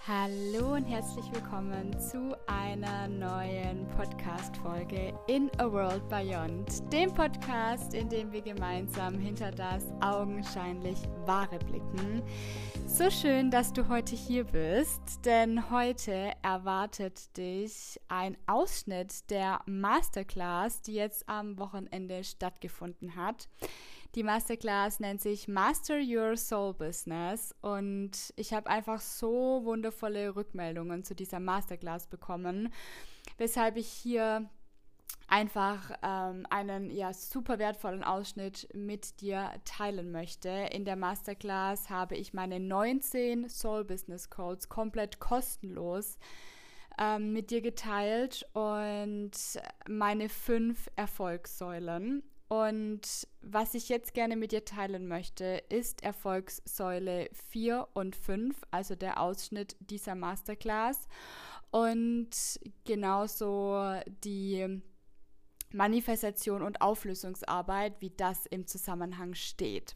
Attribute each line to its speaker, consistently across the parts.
Speaker 1: Hallo und herzlich willkommen zu einer neuen Podcast-Folge in A World Beyond, dem Podcast, in dem wir gemeinsam hinter das augenscheinlich Wahre blicken. So schön, dass du heute hier bist, denn heute erwartet dich ein Ausschnitt der Masterclass, die jetzt am Wochenende stattgefunden hat. Die Masterclass nennt sich Master Your Soul Business und ich habe einfach so wundervolle Rückmeldungen zu dieser Masterclass bekommen, weshalb ich hier einfach einen super wertvollen Ausschnitt mit dir teilen möchte. In der Masterclass habe ich meine 19 Soul Business Codes komplett kostenlos mit dir geteilt und meine 5 Erfolgssäulen. Und was ich jetzt gerne mit dir teilen möchte, ist Erfolgssäule 4 und 5, also der Ausschnitt dieser Masterclass. Und genauso die Manifestation und Auflösungsarbeit, wie das im Zusammenhang steht.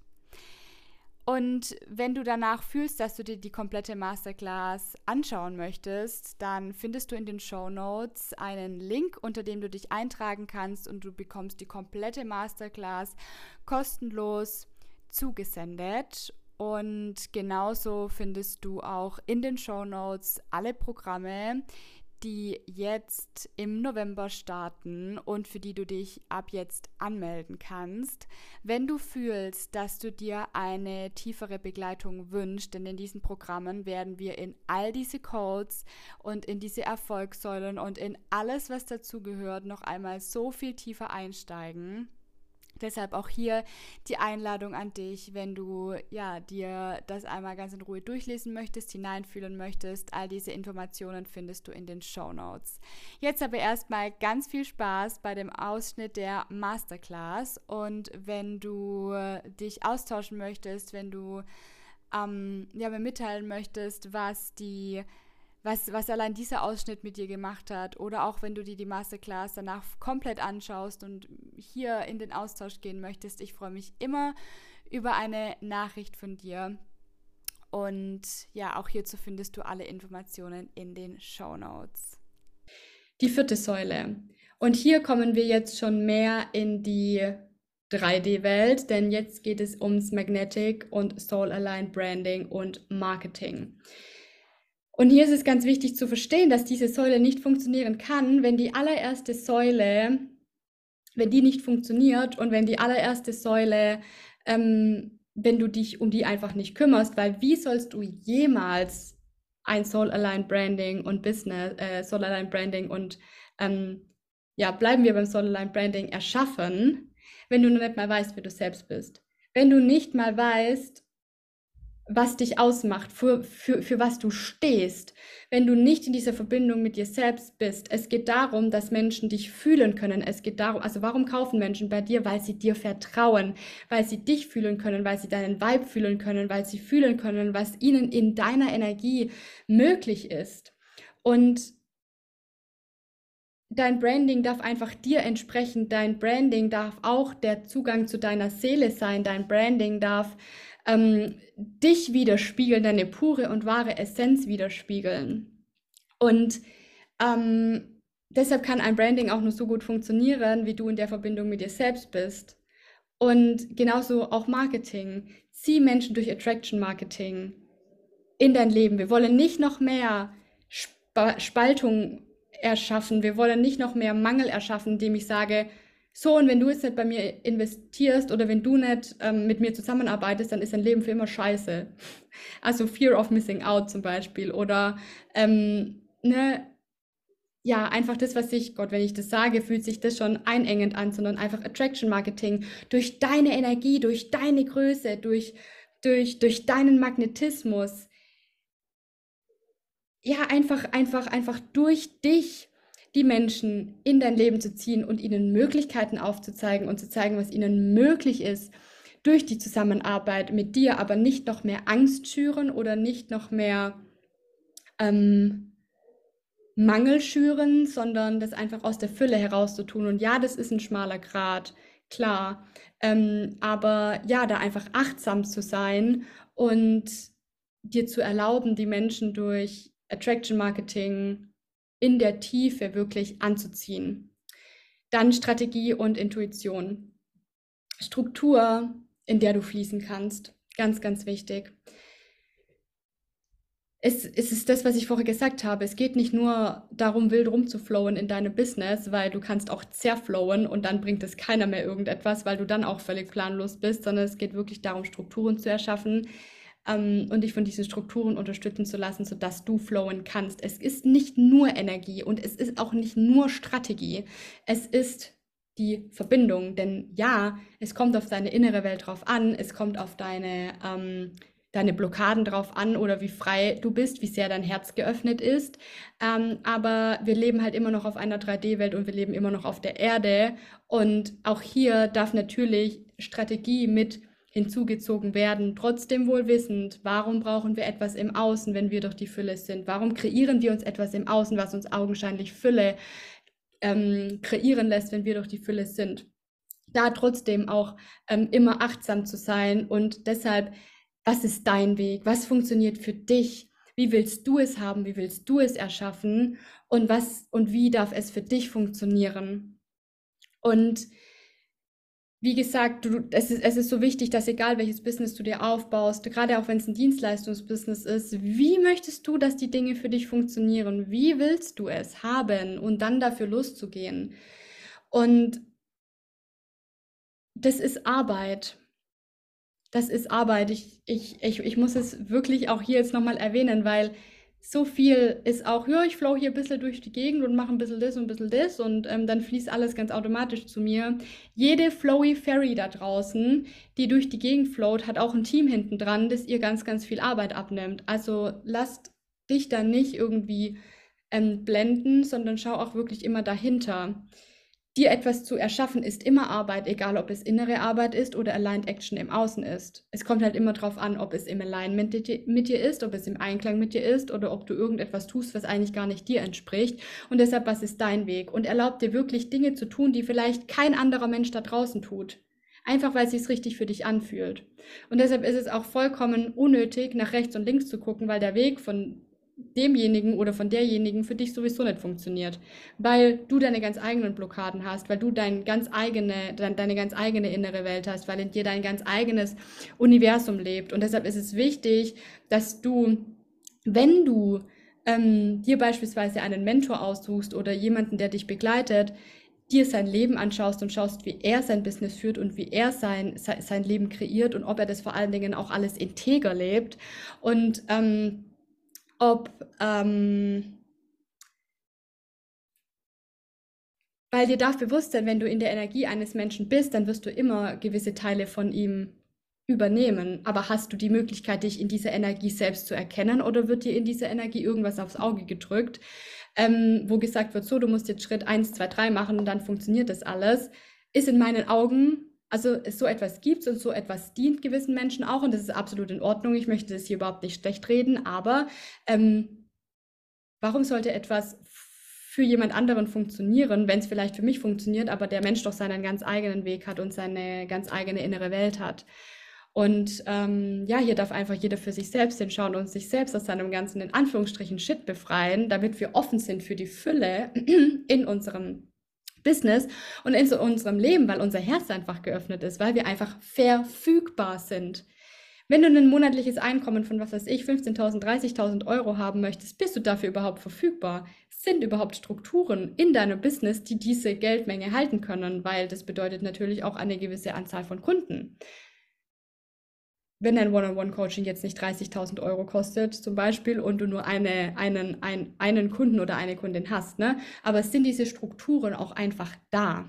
Speaker 1: Und wenn du danach fühlst, dass du dir die komplette Masterclass anschauen möchtest, dann findest du in den Shownotes einen Link, unter dem du dich eintragen kannst und du bekommst die komplette Masterclass kostenlos zugesendet. Und genauso findest du auch in den Shownotes alle Programme, die jetzt im November starten und für die du dich ab jetzt anmelden kannst. Wenn du fühlst, dass du dir eine tiefere Begleitung wünschst, denn in diesen Programmen werden wir in all diese Codes und in diese Erfolgssäulen und in alles, was dazu gehört, noch einmal so viel tiefer einsteigen. Deshalb auch hier die Einladung an dich, wenn du dir das einmal ganz in Ruhe durchlesen möchtest, hineinfühlen möchtest. All diese Informationen findest du in den Shownotes. Jetzt aber erstmal ganz viel Spaß bei dem Ausschnitt der Masterclass. Und wenn du dich austauschen möchtest, wenn du mir mitteilen möchtest, was allein dieser Ausschnitt mit dir gemacht hat, oder auch wenn du dir die Masterclass danach komplett anschaust und hier in den Austausch gehen möchtest, ich freue mich immer über eine Nachricht von dir. Und ja, auch hierzu findest du alle Informationen in den Shownotes. Die 4. Säule. Und hier kommen wir jetzt schon mehr in die 3D-Welt, denn jetzt geht es ums Magnetic und Soul-Aligned Branding und Marketing. Und hier ist es ganz wichtig zu verstehen, dass diese Säule nicht funktionieren kann, wenn die allererste Säule, wenn die nicht funktioniert und wenn die allererste Säule, wenn du dich um die einfach nicht kümmerst, weil wie sollst du jemals ein Soul-Aligned Branding und Business, Soul-Aligned Branding und bleiben wir beim Soul-Aligned Branding erschaffen, wenn du noch nicht mal weißt, wer du selbst bist. Wenn du nicht mal weißt, was dich ausmacht, für was du stehst, wenn du nicht in dieser Verbindung mit dir selbst bist. Es geht darum, dass Menschen dich fühlen können. Es geht darum, also warum kaufen Menschen bei dir? Weil sie dir vertrauen, weil sie dich fühlen können, weil sie deinen Vibe fühlen können, weil sie fühlen können, was ihnen in deiner Energie möglich ist. Und dein Branding darf einfach dir entsprechen. Dein Branding darf auch der Zugang zu deiner Seele sein. Dein Branding darf dich widerspiegeln, deine pure und wahre Essenz widerspiegeln. Und deshalb kann ein Branding auch nur so gut funktionieren, wie du in der Verbindung mit dir selbst bist. Und genauso auch Marketing. Zieh Menschen durch Attraction Marketing in dein Leben. Wir wollen nicht noch mehr Spaltung erschaffen. Wir wollen nicht noch mehr Mangel erschaffen, indem ich sage, so, und wenn du jetzt nicht bei mir investierst oder wenn du nicht mit mir zusammenarbeitest, dann ist dein Leben für immer scheiße. Also Fear of Missing Out zum Beispiel. Oder einfach das, wenn ich das sage, fühlt sich das schon einengend an, sondern einfach Attraction Marketing durch deine Energie, durch deine Größe, durch deinen Magnetismus. Ja, einfach durch dich die Menschen in dein Leben zu ziehen und ihnen Möglichkeiten aufzuzeigen und zu zeigen, was ihnen möglich ist durch die Zusammenarbeit mit dir, aber nicht noch mehr Angst schüren oder nicht noch mehr Mangel schüren, sondern das einfach aus der Fülle heraus zu tun. Und ja, das ist ein schmaler Grat, klar, aber ja, da einfach achtsam zu sein und dir zu erlauben, die Menschen durch Attraction Marketing in der Tiefe wirklich anzuziehen. Dann Strategie und Intuition. Struktur, in der du fließen kannst. Ganz, ganz wichtig. Es ist das, was ich vorher gesagt habe. Es geht nicht nur darum, wild rumzuflowen in deinem Business, weil du kannst auch zerflowen und dann bringt es keiner mehr irgendetwas, weil du dann auch völlig planlos bist, sondern es geht wirklich darum, Strukturen zu erschaffen, und dich von diesen Strukturen unterstützen zu lassen, sodass du flowen kannst. Es ist nicht nur Energie und es ist auch nicht nur Strategie. Es ist die Verbindung, denn ja, es kommt auf deine innere Welt drauf an, es kommt auf deine Blockaden drauf an oder wie frei du bist, wie sehr dein Herz geöffnet ist. Aber wir leben halt immer noch auf einer 3D-Welt und wir leben immer noch auf der Erde. Und auch hier darf natürlich Strategie mit hinzugezogen werden, trotzdem wohl wissend, warum brauchen wir etwas im Außen, wenn wir doch die Fülle sind? Warum kreieren wir uns etwas im Außen, was uns augenscheinlich Fülle kreieren lässt, wenn wir doch die Fülle sind? Da trotzdem auch immer achtsam zu sein und deshalb, was ist dein Weg? Was funktioniert für dich? Wie willst du es haben? Wie willst du es erschaffen? Und was und wie darf es für dich funktionieren? Und wie gesagt, es ist so wichtig, dass egal welches Business du dir aufbaust, gerade auch wenn es ein Dienstleistungsbusiness ist, wie möchtest du, dass die Dinge für dich funktionieren? Wie willst du es haben? Und dann dafür loszugehen. Und das ist Arbeit. Das ist Arbeit. Ich muss es wirklich auch hier jetzt nochmal erwähnen, weil so viel ist auch, ja, ich flow hier ein bisschen durch die Gegend und mache ein bisschen das und ein bisschen das und dann fließt alles ganz automatisch zu mir. Jede flowy Fairy da draußen, die durch die Gegend float, hat auch ein Team hinten dran, das ihr ganz, ganz viel Arbeit abnimmt. Also lasst dich da nicht irgendwie blenden, sondern schau auch wirklich immer dahinter. Dir etwas zu erschaffen ist immer Arbeit, egal ob es innere Arbeit ist oder Aligned Action im Außen ist. Es kommt halt immer darauf an, ob es im Alignment mit dir ist, ob es im Einklang mit dir ist oder ob du irgendetwas tust, was eigentlich gar nicht dir entspricht. Und deshalb, was ist dein Weg? Und erlaub dir wirklich Dinge zu tun, die vielleicht kein anderer Mensch da draußen tut. Einfach weil es sich richtig für dich anfühlt. Und deshalb ist es auch vollkommen unnötig, nach rechts und links zu gucken, weil der Weg von demjenigen oder von derjenigen für dich sowieso nicht funktioniert, weil du deine ganz eigenen Blockaden hast, weil du deine ganz eigene innere Welt hast, weil in dir dein ganz eigenes Universum lebt. Und deshalb ist es wichtig, dass du, wenn du dir beispielsweise einen Mentor aussuchst oder jemanden, der dich begleitet, dir sein Leben anschaust und schaust, wie er sein Business führt und wie er sein Leben kreiert und ob er das vor allen Dingen auch alles integer lebt und weil dir darf bewusst sein, wenn du in der Energie eines Menschen bist, dann wirst du immer gewisse Teile von ihm übernehmen. Aber hast du die Möglichkeit, dich in dieser Energie selbst zu erkennen oder wird dir in dieser Energie irgendwas aufs Auge gedrückt, wo gesagt wird, so, du musst jetzt Schritt 1, 2, 3 machen und dann funktioniert das alles, ist in meinen Augen, also es so etwas gibt und so etwas dient gewissen Menschen auch und das ist absolut in Ordnung. Ich möchte das hier überhaupt nicht schlecht reden, aber warum sollte etwas für jemand anderen funktionieren, wenn es vielleicht für mich funktioniert, aber der Mensch doch seinen ganz eigenen Weg hat und seine ganz eigene innere Welt hat? Und ja, hier darf einfach jeder für sich selbst hinschauen und sich selbst aus seinem ganzen, in Anführungsstrichen, Shit befreien, damit wir offen sind für die Fülle in unserem Business und in unserem Leben, weil unser Herz einfach geöffnet ist, weil wir einfach verfügbar sind. Wenn du ein monatliches Einkommen von, was weiß ich, 15.000, 30.000 Euro haben möchtest, bist du dafür überhaupt verfügbar? Sind überhaupt Strukturen in deinem Business, die diese Geldmenge halten können? Weil das bedeutet natürlich auch eine gewisse Anzahl von Kunden. Wenn dein One-on-One-Coaching jetzt nicht 30.000 Euro kostet zum Beispiel und du nur einen Kunden oder eine Kundin hast, ne? Aber es sind diese Strukturen auch einfach da.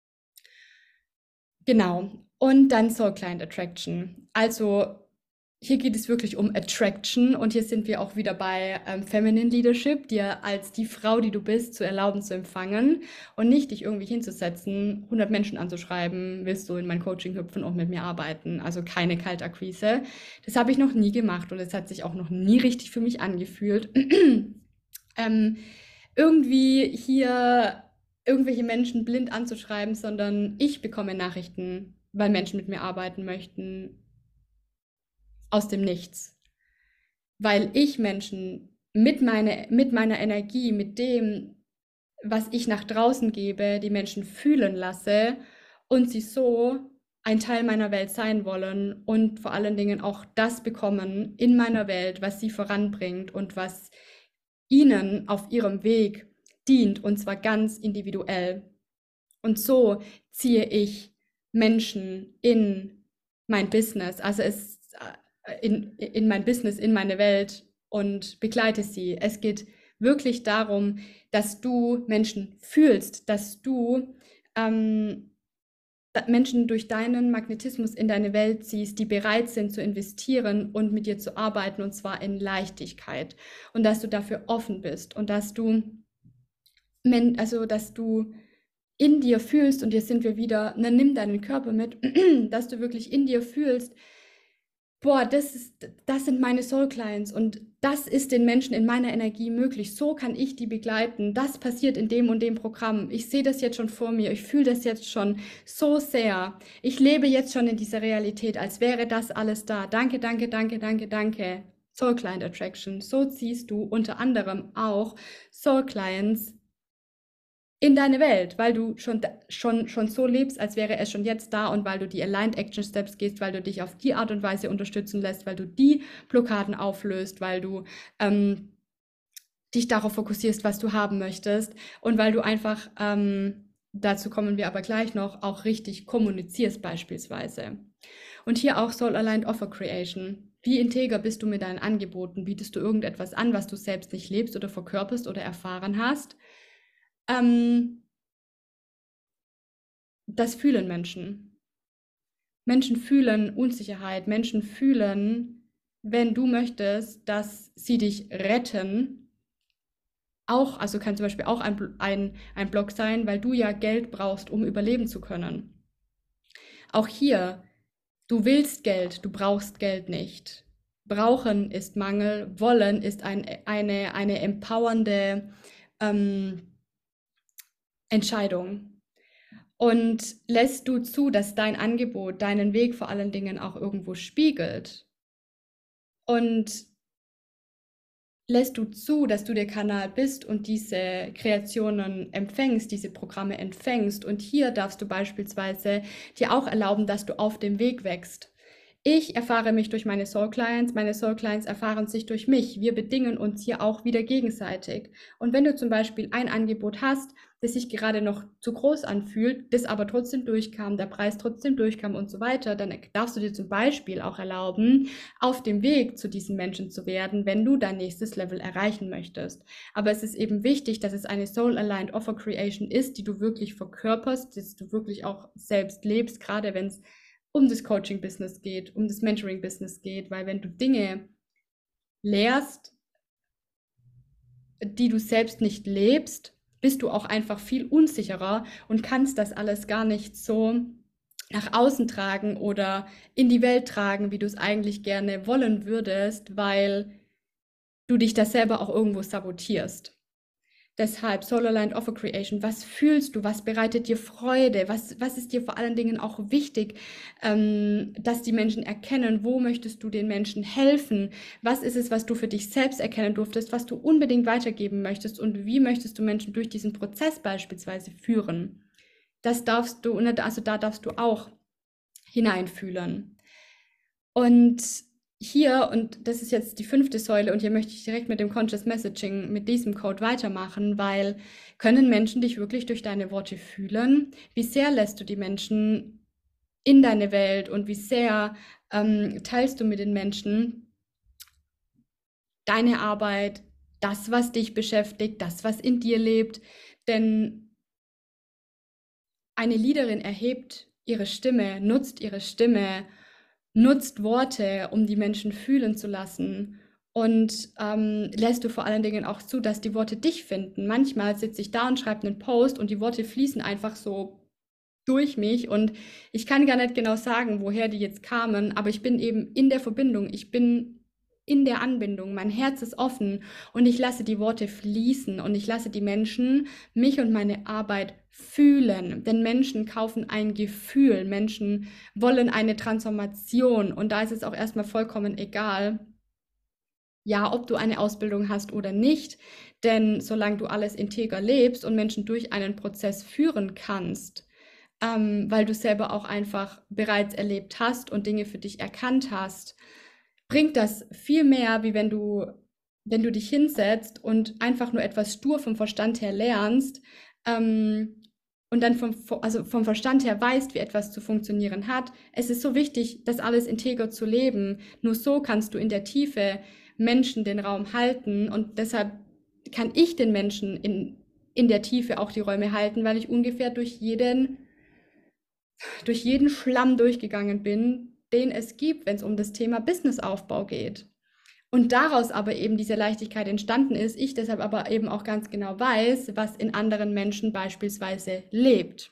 Speaker 1: Genau. Und dann Soul Client Attraction. Also hier geht es wirklich um Attraction und hier sind wir auch wieder bei Feminine Leadership, dir als die Frau, die du bist, zu erlauben zu empfangen und nicht dich irgendwie hinzusetzen, 100 Menschen anzuschreiben, willst du in mein Coaching hüpfen und mit mir arbeiten, also keine Kaltakquise. Das habe ich noch nie gemacht und es hat sich auch noch nie richtig für mich angefühlt. Irgendwie hier irgendwelche Menschen blind anzuschreiben, sondern ich bekomme Nachrichten, weil Menschen mit mir arbeiten möchten, aus dem Nichts. Weil ich Menschen mit meiner Energie, mit dem, was ich nach draußen gebe, die Menschen fühlen lasse und sie so ein Teil meiner Welt sein wollen und vor allen Dingen auch das bekommen in meiner Welt, was sie voranbringt und was ihnen auf ihrem Weg dient, und zwar ganz individuell. Und so ziehe ich Menschen in mein Business, also in mein Business, in meine Welt und begleite sie. Es geht wirklich darum, dass du Menschen fühlst, dass du Menschen durch deinen Magnetismus in deine Welt ziehst, die bereit sind zu investieren und mit dir zu arbeiten, und zwar in Leichtigkeit. Und dass du dafür offen bist und dass du in dir fühlst, und jetzt sind wir wieder, nimm deinen Körper mit, dass du wirklich in dir fühlst, boah, das sind meine Soul Clients und das ist den Menschen in meiner Energie möglich. So kann ich die begleiten. Das passiert in dem und dem Programm. Ich sehe das jetzt schon vor mir. Ich fühle das jetzt schon so sehr. Ich lebe jetzt schon in dieser Realität, als wäre das alles da. Danke, danke, danke, danke, danke. Soul Client Attraction. So ziehst du unter anderem auch Soul Clients in deine Welt, weil du schon so lebst, als wäre es schon jetzt da, und weil du die Aligned Action Steps gehst, weil du dich auf die Art und Weise unterstützen lässt, weil du die Blockaden auflöst, weil du dich darauf fokussierst, was du haben möchtest, und weil du einfach, dazu kommen wir aber gleich noch, auch richtig kommunizierst beispielsweise. Und hier auch Soul Aligned Offer Creation. Wie integer bist du mit deinen Angeboten? Bietest du irgendetwas an, was du selbst nicht lebst oder verkörperst oder erfahren hast? Das fühlen Menschen. Menschen fühlen Unsicherheit. Menschen fühlen, wenn du möchtest, dass sie dich retten. Auch, also kann zum Beispiel auch ein Block sein, weil du ja Geld brauchst, um überleben zu können. Auch hier, du willst Geld, du brauchst Geld nicht. Brauchen ist Mangel, wollen ist eine empowernde Entscheidung. Und lässt du zu, dass dein Angebot deinen Weg vor allen Dingen auch irgendwo spiegelt? Und lässt du zu, dass du der Kanal bist und diese Kreationen empfängst, diese Programme empfängst? Und hier darfst du beispielsweise dir auch erlauben, dass du auf dem Weg wächst. Ich erfahre mich durch meine Soul Clients erfahren sich durch mich. Wir bedingen uns hier auch wieder gegenseitig. Und wenn du zum Beispiel ein Angebot hast, das sich gerade noch zu groß anfühlt, das aber trotzdem durchkam, der Preis trotzdem durchkam und so weiter, dann darfst du dir zum Beispiel auch erlauben, auf dem Weg zu diesen Menschen zu werden, wenn du dein nächstes Level erreichen möchtest. Aber es ist eben wichtig, dass es eine Soul-Aligned Offer Creation ist, die du wirklich verkörperst, dass du wirklich auch selbst lebst, gerade wenn es um das Coaching-Business geht, um das Mentoring-Business geht, weil wenn du Dinge lehrst, die du selbst nicht lebst, bist du auch einfach viel unsicherer und kannst das alles gar nicht so nach außen tragen oder in die Welt tragen, wie du es eigentlich gerne wollen würdest, weil du dich da selber auch irgendwo sabotierst. Deshalb Soul Aligned Offer Creation. Was fühlst du? Was bereitet dir Freude? Was ist dir vor allen Dingen auch wichtig, dass die Menschen erkennen? Wo möchtest du den Menschen helfen? Was ist es, was du für dich selbst erkennen durftest, was du unbedingt weitergeben möchtest? Und wie möchtest du Menschen durch diesen Prozess beispielsweise führen? Das darfst du, also da darfst du auch hineinfühlen. Und hier, und das ist jetzt die 5. Säule, und hier möchte ich direkt mit dem Conscious Messaging, mit diesem Code weitermachen, weil können Menschen dich wirklich durch deine Worte fühlen? Wie sehr lässt du die Menschen in deine Welt und wie sehr teilst du mit den Menschen deine Arbeit, das, was dich beschäftigt, das, was in dir lebt? Denn eine Leaderin erhebt ihre Stimme, nutzt ihre Stimme, nutzt Worte, um die Menschen fühlen zu lassen, und lässt du vor allen Dingen auch zu, dass die Worte dich finden. Manchmal sitze ich da und schreibe einen Post und die Worte fließen einfach so durch mich und ich kann gar nicht genau sagen, woher die jetzt kamen, aber ich bin eben in der Verbindung, ich bin in der Anbindung, mein Herz ist offen und ich lasse die Worte fließen und ich lasse die Menschen mich und meine Arbeit fühlen, denn Menschen kaufen ein Gefühl, Menschen wollen eine Transformation, und da ist es auch erstmal vollkommen egal, ja, ob du eine Ausbildung hast oder nicht. Denn solange du alles integer lebst und Menschen durch einen Prozess führen kannst, weil du selber auch einfach bereits erlebt hast und Dinge für dich erkannt hast, bringt das viel mehr, wie wenn du dich hinsetzt und einfach nur etwas stur vom Verstand her lernst, und dann vom Verstand her weißt, wie etwas zu funktionieren hat. Es ist so wichtig, das alles integer zu leben. Nur so kannst du in der Tiefe Menschen den Raum halten, und deshalb kann ich den Menschen in der Tiefe auch die Räume halten, weil ich ungefähr durch jeden Schlamm durchgegangen bin, den es gibt, wenn es um das Thema Businessaufbau geht. Und daraus aber eben diese Leichtigkeit entstanden ist, ich deshalb aber eben auch ganz genau weiß, was in anderen Menschen beispielsweise lebt.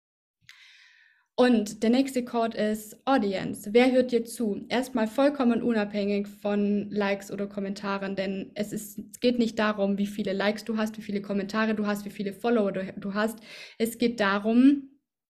Speaker 1: Und der nächste Chord ist Audience. Wer hört dir zu? Erstmal vollkommen unabhängig von Likes oder Kommentaren, denn es geht nicht darum, wie viele Likes du hast, wie viele Kommentare du hast, wie viele Follower du hast. Es geht darum,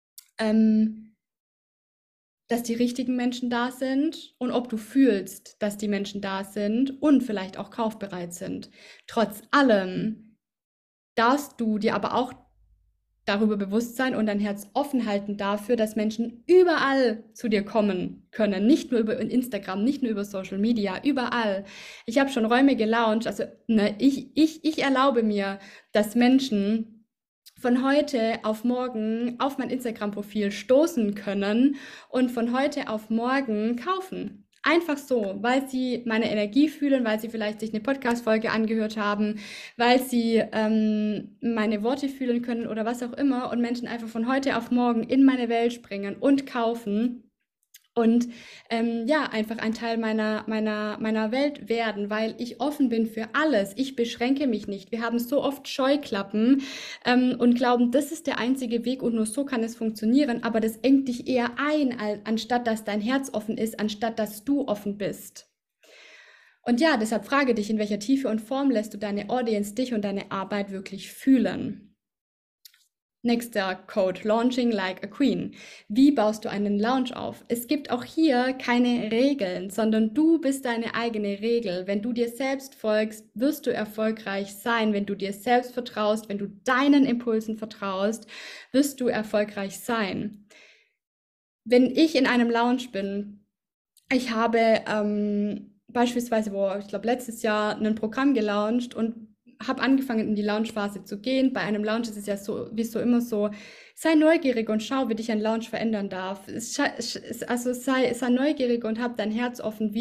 Speaker 1: dass die richtigen Menschen da sind und ob du fühlst, dass die Menschen da sind und vielleicht auch kaufbereit sind. Trotz allem darfst du dir aber auch darüber bewusst sein und dein Herz offen halten dafür, dass Menschen überall zu dir kommen können. Nicht nur über Instagram, nicht nur über Social Media, überall. Ich habe schon Räume gelauncht, also ich erlaube mir, dass Menschen von heute auf morgen auf mein Instagram-Profil stoßen können und von heute auf morgen kaufen. Einfach so, weil sie meine Energie fühlen, weil sie vielleicht sich eine Podcast-Folge angehört haben, weil sie meine Worte fühlen können oder was auch immer, und Menschen einfach von heute auf morgen in meine Welt springen und kaufen. Und ja, einfach ein Teil meiner Welt werden, weil ich offen bin für alles. Ich beschränke mich nicht. Wir haben so oft Scheuklappen und glauben, das ist der einzige Weg und nur so kann es funktionieren. Aber das engt dich eher ein, anstatt dass dein Herz offen ist, anstatt dass du offen bist. Und ja, deshalb frage dich, in welcher Tiefe und Form lässt du deine Audience, dich und deine Arbeit wirklich fühlen? Nächster Code, Launching like a Queen. Wie baust du einen Launch auf? Es gibt auch hier keine Regeln, sondern du bist deine eigene Regel. Wenn du dir selbst folgst, wirst du erfolgreich sein. Wenn du dir selbst vertraust, wenn du deinen Impulsen vertraust, wirst du erfolgreich sein. Wenn ich in einem Launch bin, ich habe beispielsweise, ich glaube letztes Jahr ein Programm gelauncht und habe angefangen, in die Launchphase zu gehen. Bei einem Launch ist es ja so, wie so immer so, sei neugierig und schau, wie dich ein Launch verändern darf. Also sei neugierig und hab dein Herz offen,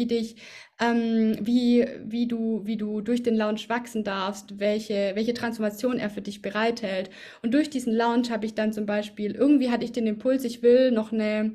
Speaker 1: wie du durch den Launch wachsen darfst, welche Transformation er für dich bereithält. Und durch diesen Launch habe ich dann zum Beispiel, irgendwie hatte ich den Impuls, ich will noch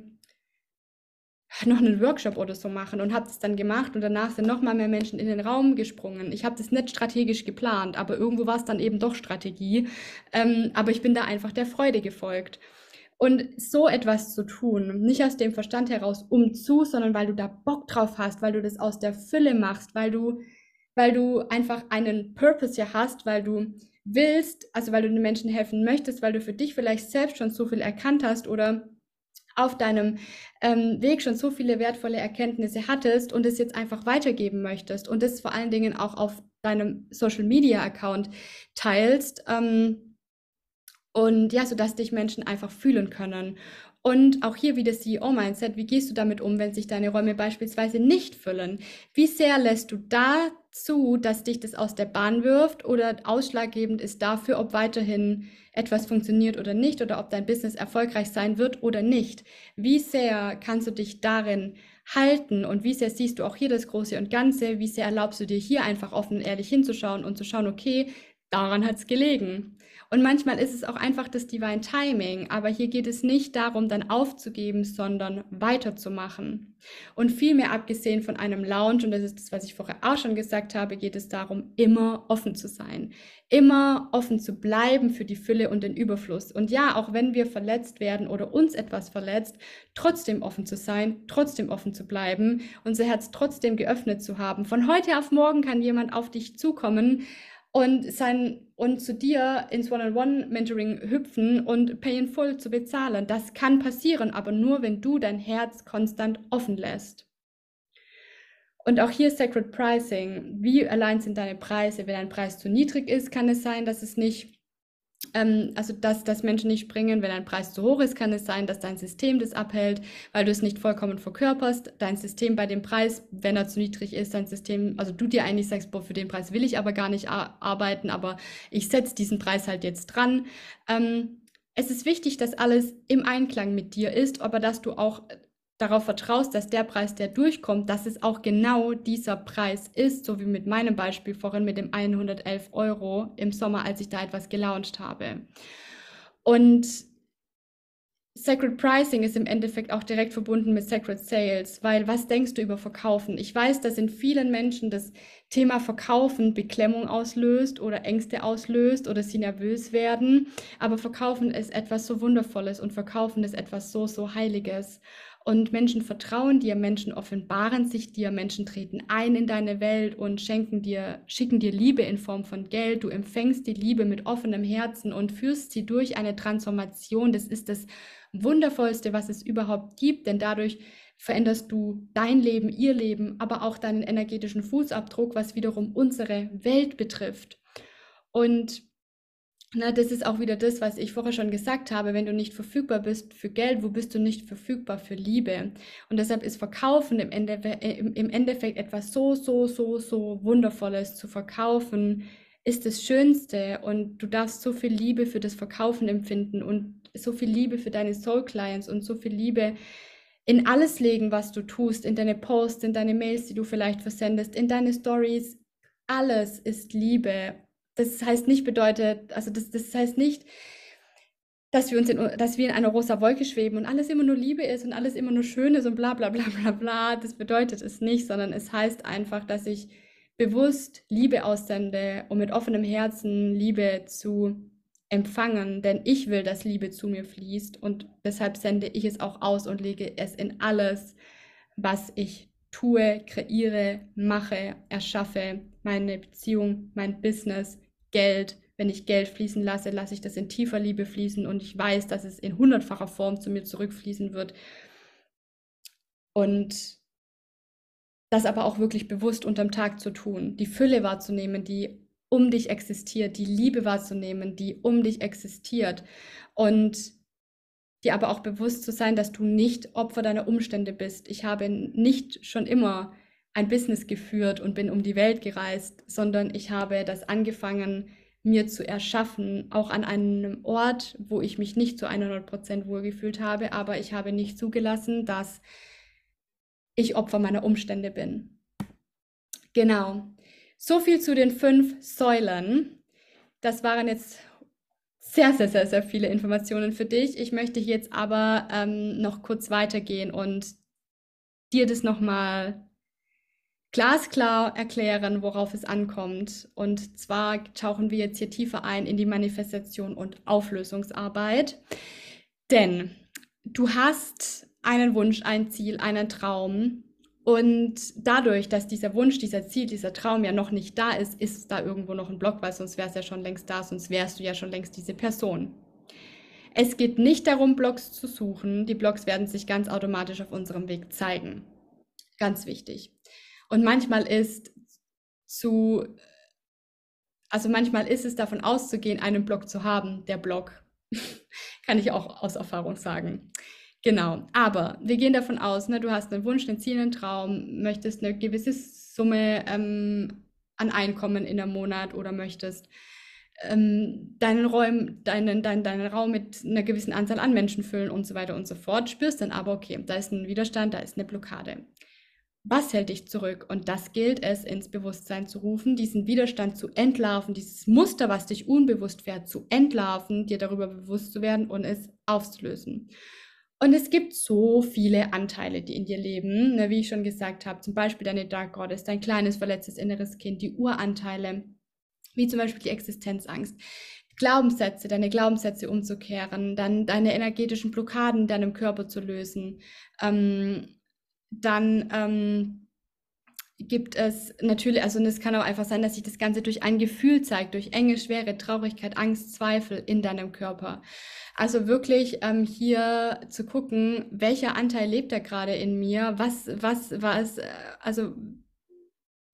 Speaker 1: einen Workshop oder so machen, und habe das dann gemacht, und danach sind noch mal mehr Menschen in den Raum gesprungen. Ich habe das nicht strategisch geplant, aber irgendwo war es dann eben doch Strategie. Aber ich bin da einfach der Freude gefolgt. Und so etwas zu tun, nicht aus dem Verstand heraus sondern weil du da Bock drauf hast, weil du das aus der Fülle machst, weil du einfach einen Purpose ja hast, weil du willst, also weil du den Menschen helfen möchtest, weil du für dich vielleicht selbst schon so viel erkannt hast oder auf deinem Weg schon so viele wertvolle Erkenntnisse hattest und es jetzt einfach weitergeben möchtest und das vor allen Dingen auch auf deinem Social-Media-Account teilst, und ja, sodass dich Menschen einfach fühlen können. Und auch hier wieder CEO-Mindset, wie gehst du damit um, wenn sich deine Räume beispielsweise nicht füllen? Wie sehr lässt du dazu, dass dich das aus der Bahn wirft, oder ausschlaggebend ist dafür, ob weiterhin etwas funktioniert oder nicht, oder ob dein Business erfolgreich sein wird oder nicht? Wie sehr kannst du dich darin halten und wie sehr siehst du auch hier das Große und Ganze? Wie sehr erlaubst du dir hier einfach offen und ehrlich hinzuschauen und zu schauen, okay, daran hat es gelegen. Und manchmal ist es auch einfach das Divine Timing, aber hier geht es nicht darum, dann aufzugeben, sondern weiterzumachen. Und vielmehr abgesehen von einem Launch, und das ist das, was ich vorher auch schon gesagt habe, geht es darum, immer offen zu sein, immer offen zu bleiben für die Fülle und den Überfluss. Und ja, auch wenn wir verletzt werden oder uns etwas verletzt, trotzdem offen zu sein, trotzdem offen zu bleiben, unser Herz trotzdem geöffnet zu haben. Von heute auf morgen kann jemand auf dich zukommen und zu dir ins One-on-One-Mentoring hüpfen und Pay in Full zu bezahlen. Das kann passieren, aber nur, wenn du dein Herz konstant offen lässt. Und auch hier Sacred Pricing. Wie allein sind deine Preise? Wenn ein Preis zu niedrig ist, kann es sein, dass es nicht, dass Menschen nicht springen. Wenn ein Preis zu hoch ist, kann es sein, dass dein System das abhält, weil du es nicht vollkommen verkörperst. Dein System bei dem Preis, wenn er zu niedrig ist, dein System, also du dir eigentlich sagst, boah, für den Preis will ich aber gar nicht arbeiten, aber ich setze diesen Preis halt jetzt dran. Es ist wichtig, dass alles im Einklang mit dir ist, aber dass du auch darauf vertraust, dass der Preis, der durchkommt, dass es auch genau dieser Preis ist, so wie mit meinem Beispiel vorhin mit dem 111 Euro im Sommer, als ich da etwas gelauncht habe. Und Sacred Pricing ist im Endeffekt auch direkt verbunden mit Sacred Sales, weil was denkst du über Verkaufen? Ich weiß, dass in vielen Menschen das Thema Verkaufen Beklemmung auslöst oder Ängste auslöst oder sie nervös werden, aber Verkaufen ist etwas so Wundervolles und Verkaufen ist etwas so, so Heiliges. Und Menschen vertrauen dir, Menschen offenbaren sich dir, Menschen treten ein in deine Welt und schicken dir Liebe in Form von Geld. Du empfängst die Liebe mit offenem Herzen und führst sie durch eine Transformation. Das ist das Wundervollste, was es überhaupt gibt, denn dadurch veränderst du dein Leben, ihr Leben, aber auch deinen energetischen Fußabdruck, was wiederum unsere Welt betrifft. Und das ist auch wieder das, was ich vorher schon gesagt habe, wenn du nicht verfügbar bist für Geld, wo bist du nicht verfügbar für Liebe? Und deshalb ist Verkaufen im Endeffekt etwas so, so, so, so Wundervolles. Zu verkaufen ist das Schönste und du darfst so viel Liebe für das Verkaufen empfinden und so viel Liebe für deine Soul Clients und so viel Liebe in alles legen, was du tust, in deine Posts, in deine Mails, die du vielleicht versendest, in deine Stories. Alles ist Liebe. Das heißt nicht das heißt nicht, dass wir in einer rosa Wolke schweben und alles immer nur Liebe ist und alles immer nur schön ist und bla bla bla bla bla. Das bedeutet es nicht, sondern es heißt einfach, dass ich bewusst Liebe aussende, um mit offenem Herzen Liebe zu empfangen, denn ich will, dass Liebe zu mir fließt und deshalb sende ich es auch aus und lege es in alles, was ich tue, kreiere, mache, erschaffe, meine Beziehung, mein Business, Geld. Wenn ich Geld fließen lasse, lasse ich das in tiefer Liebe fließen und ich weiß, dass es in 100-facher Form zu mir zurückfließen wird. Und das aber auch wirklich bewusst unterm Tag zu tun, die Fülle wahrzunehmen, die um dich existiert, die Liebe wahrzunehmen, die um dich existiert und dir aber auch bewusst zu sein, dass du nicht Opfer deiner Umstände bist. Ich habe nicht schon immer ein Business geführt und bin um die Welt gereist, sondern ich habe das angefangen, mir zu erschaffen, auch an einem Ort, wo ich mich nicht zu 100% wohlgefühlt habe, aber ich habe nicht zugelassen, dass ich Opfer meiner Umstände bin. Genau. So viel zu den 5 Säulen. Das waren jetzt sehr, sehr, sehr, sehr viele Informationen für dich. Ich möchte jetzt aber noch kurz weitergehen und dir das nochmal glasklar erklären, worauf es ankommt. Und zwar tauchen wir jetzt hier tiefer ein in die Manifestation und Auflösungsarbeit. Denn du hast einen Wunsch, ein Ziel, einen Traum. Und dadurch, dass dieser Wunsch, dieser Ziel, dieser Traum ja noch nicht da ist, ist da irgendwo noch ein Block, weil sonst wäre es ja schon längst da, sonst wärst du ja schon längst diese Person. Es geht nicht darum, Blocks zu suchen. Die Blocks werden sich ganz automatisch auf unserem Weg zeigen. Ganz wichtig. Und manchmal ist es davon auszugehen, einen Block zu haben, der Block. Kann ich auch aus Erfahrung sagen. Genau, aber wir gehen davon aus, ne, du hast einen Wunsch, ein Ziel, einen Traum, möchtest eine gewisse Summe an Einkommen in einem Monat oder möchtest deinen Raum mit einer gewissen Anzahl an Menschen füllen und so weiter und so fort, spürst dann aber, okay, da ist ein Widerstand, da ist eine Blockade. Was hält dich zurück? Und das gilt es, ins Bewusstsein zu rufen, diesen Widerstand zu entlarven, dieses Muster, was dich unbewusst fährt, zu entlarven, dir darüber bewusst zu werden und es aufzulösen. Und es gibt so viele Anteile, die in dir leben, ne, wie ich schon gesagt habe, zum Beispiel deine Dark Goddess, dein kleines, verletztes inneres Kind, die Uranteile, wie zum Beispiel die Existenzangst, Glaubenssätze, deine Glaubenssätze umzukehren, dann deine energetischen Blockaden in deinem Körper zu lösen, dann gibt es natürlich, also es kann auch einfach sein, dass sich das Ganze durch ein Gefühl zeigt, durch Enge, Schwere, Traurigkeit, Angst, Zweifel in deinem Körper. Also wirklich hier zu gucken, welcher Anteil lebt da gerade in mir, also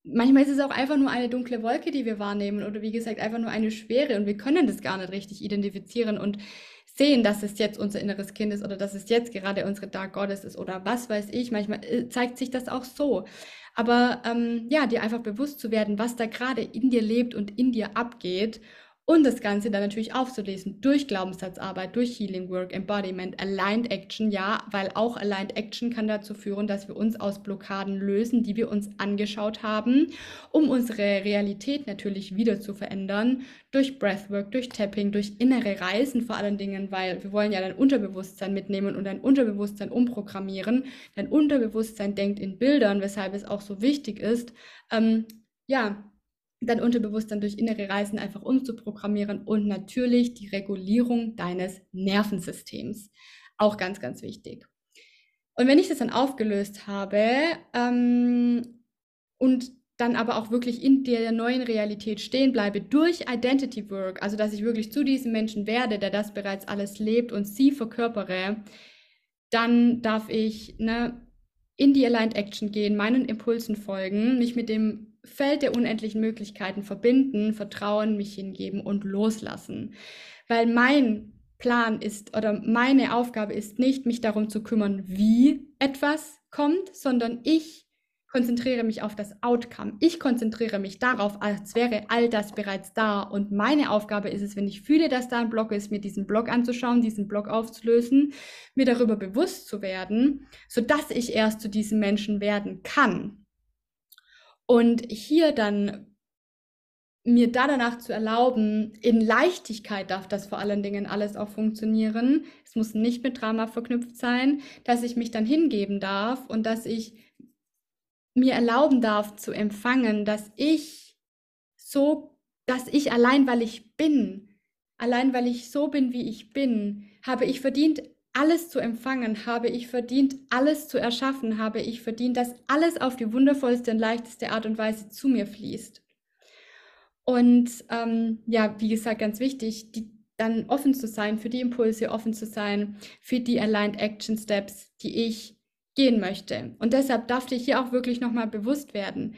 Speaker 1: manchmal ist es auch einfach nur eine dunkle Wolke, die wir wahrnehmen oder wie gesagt einfach nur eine Schwere und wir können das gar nicht richtig identifizieren und sehen, dass es jetzt unser inneres Kind ist oder dass es jetzt gerade unsere Dark Goddess ist oder was weiß ich. Manchmal zeigt sich das auch so. Aber ja, dir einfach bewusst zu werden, was da gerade in dir lebt und in dir abgeht und das Ganze dann natürlich aufzulesen durch Glaubenssatzarbeit, durch Healing Work, Embodiment, Aligned Action, ja, weil auch Aligned Action kann dazu führen, dass wir uns aus Blockaden lösen, die wir uns angeschaut haben, um unsere Realität natürlich wieder zu verändern, durch Breathwork, durch Tapping, durch innere Reisen vor allen Dingen, weil wir wollen ja dein Unterbewusstsein mitnehmen und dein Unterbewusstsein umprogrammieren. Dein Unterbewusstsein denkt in Bildern, weshalb es auch so wichtig ist, ja, dein Unterbewusstsein durch innere Reisen einfach umzuprogrammieren und natürlich die Regulierung deines Nervensystems. Auch ganz, ganz wichtig. Und wenn ich das dann aufgelöst habe und dann aber auch wirklich in der neuen Realität stehen bleibe durch Identity Work, also dass ich wirklich zu diesem Menschen werde, der das bereits alles lebt und sie verkörpere, dann darf ich in die Aligned Action gehen, meinen Impulsen folgen, mich mit dem Feld der unendlichen Möglichkeiten verbinden, vertrauen, mich hingeben und loslassen. Weil mein Plan ist oder meine Aufgabe ist nicht, mich darum zu kümmern, wie etwas kommt, sondern ich konzentriere mich auf das Outcome. Ich konzentriere mich darauf, als wäre all das bereits da. Und meine Aufgabe ist es, wenn ich fühle, dass da ein Block ist, mir diesen Block anzuschauen, diesen Block aufzulösen, mir darüber bewusst zu werden, sodass ich erst zu diesem Menschen werden kann. Und hier dann mir da danach zu erlauben, in Leichtigkeit darf das vor allen Dingen alles auch funktionieren. Es muss nicht mit Drama verknüpft sein, dass ich mich dann hingeben darf und dass ich mir erlauben darf zu empfangen, dass ich allein, weil ich so bin, wie ich bin, habe ich verdient, alles zu empfangen, habe ich verdient, alles zu erschaffen, habe ich verdient, dass alles auf die wundervollste und leichteste Art und Weise zu mir fließt. Und ja, wie gesagt, ganz wichtig, dann offen zu sein für die Impulse, offen zu sein für die Aligned Action Steps, die ich gehen möchte. Und deshalb darf dir hier auch wirklich nochmal bewusst werden,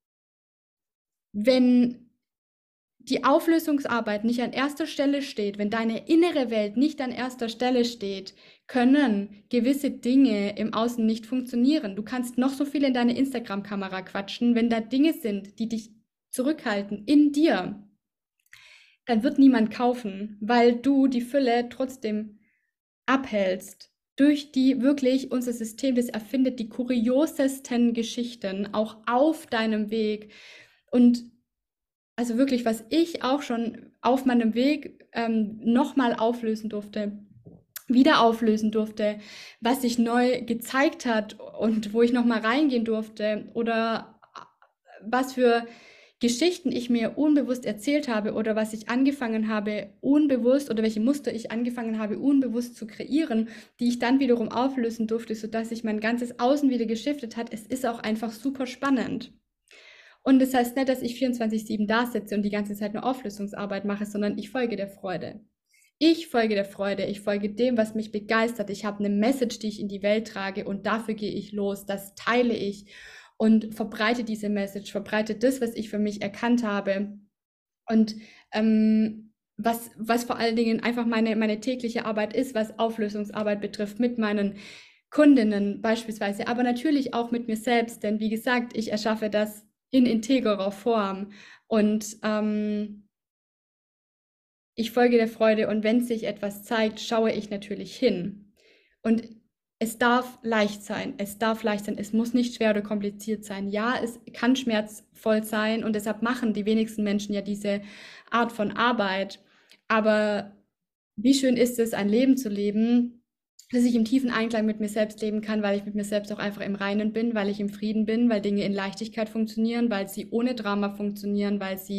Speaker 1: wenn die Auflösungsarbeit nicht an erster Stelle steht, wenn deine innere Welt nicht an erster Stelle steht, können gewisse Dinge im Außen nicht funktionieren. Du kannst noch so viel in deine Instagram-Kamera quatschen, wenn da Dinge sind, die dich zurückhalten in dir, dann wird niemand kaufen, weil du die Fülle trotzdem abhältst. Durch die wirklich, unser System, das erfindet die kuriosesten Geschichten, auch auf deinem Weg. Und also wirklich, was ich auch schon auf meinem Weg nochmal auflösen durfte, wieder auflösen durfte, was sich neu gezeigt hat und wo ich nochmal reingehen durfte oder was für Geschichten ich mir unbewusst erzählt habe oder was ich angefangen habe unbewusst oder welche Muster ich angefangen habe unbewusst zu kreieren, die ich dann wiederum auflösen durfte, sodass sich mein ganzes Außen wieder geschiftet hat. Es ist auch einfach super spannend. Und das heißt nicht, dass ich 24/7 da sitze und die ganze Zeit nur Auflösungsarbeit mache, sondern ich folge der Freude. Ich folge der Freude, ich folge dem, was mich begeistert. Ich habe eine Message, die ich in die Welt trage und dafür gehe ich los. Das teile ich und verbreite diese Message, verbreite das, was ich für mich erkannt habe. Und was vor allen Dingen einfach meine tägliche Arbeit ist, was Auflösungsarbeit betrifft mit meinen Kundinnen beispielsweise, aber natürlich auch mit mir selbst, denn wie gesagt, ich erschaffe das in integrer Form und ich folge der Freude und wenn sich etwas zeigt, schaue ich natürlich hin. Und es darf leicht sein, es muss nicht schwer oder kompliziert sein. Ja, es kann schmerzvoll sein und deshalb machen die wenigsten Menschen ja diese Art von Arbeit. Aber wie schön ist es, ein Leben zu leben, dass ich im tiefen Einklang mit mir selbst leben kann, weil ich mit mir selbst auch einfach im Reinen bin, weil ich im Frieden bin, weil Dinge in Leichtigkeit funktionieren, weil sie ohne Drama funktionieren,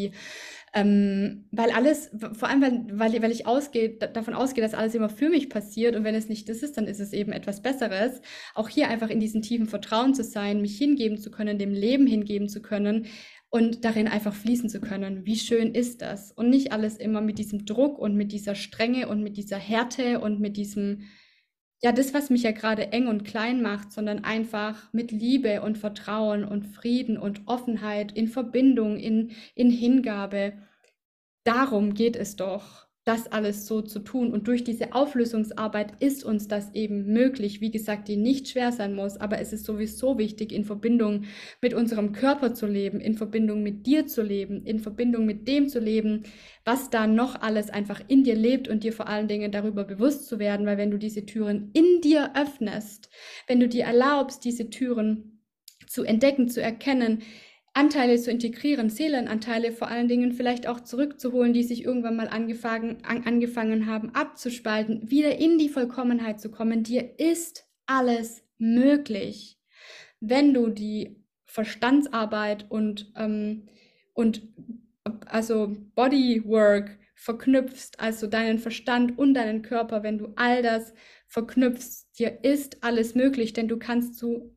Speaker 1: weil alles, vor allem weil ich davon ausgehe, dass alles immer für mich passiert und wenn es nicht das ist, dann ist es eben etwas Besseres. Auch hier einfach in diesem tiefen Vertrauen zu sein, mich hingeben zu können, dem Leben hingeben zu können und darin einfach fließen zu können. Wie schön ist das? Und nicht alles immer mit diesem Druck und mit dieser Strenge und mit dieser Härte und mit diesem ja, das, was mich ja gerade eng und klein macht, sondern einfach mit Liebe und Vertrauen und Frieden und Offenheit in Verbindung, in Hingabe. Darum geht es doch, das alles so zu tun. Und durch diese Auflösungsarbeit ist uns das eben möglich. Wie gesagt, die nicht schwer sein muss, aber es ist sowieso wichtig, in Verbindung mit unserem Körper zu leben, in Verbindung mit dir zu leben, in Verbindung mit dem zu leben, was da noch alles einfach in dir lebt und dir vor allen Dingen darüber bewusst zu werden, weil wenn du diese Türen in dir öffnest, wenn du dir erlaubst, diese Türen zu entdecken, zu erkennen, Anteile zu integrieren, Seelenanteile vor allen Dingen vielleicht auch zurückzuholen, die sich irgendwann mal angefangen haben abzuspalten, wieder in die Vollkommenheit zu kommen. Dir ist alles möglich, wenn du die Verstandsarbeit und also Bodywork verknüpfst, also deinen Verstand und deinen Körper, wenn du all das verknüpfst, dir ist alles möglich, denn du kannst zu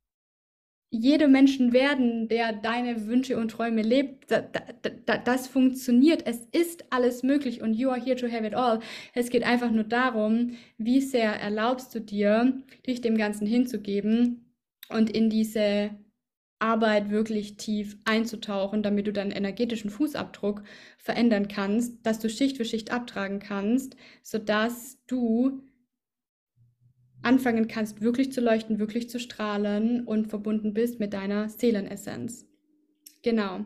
Speaker 1: jedem Menschen werden, der deine Wünsche und Träume lebt. Das funktioniert. Es ist alles möglich und you are here to have it all. Es geht einfach nur darum, wie sehr erlaubst du dir, dich dem Ganzen hinzugeben und in diese Arbeit wirklich tief einzutauchen, damit du deinen energetischen Fußabdruck verändern kannst, dass du Schicht für Schicht abtragen kannst, sodass du anfangen kannst, wirklich zu leuchten, wirklich zu strahlen und verbunden bist mit deiner Seelenessenz. Genau.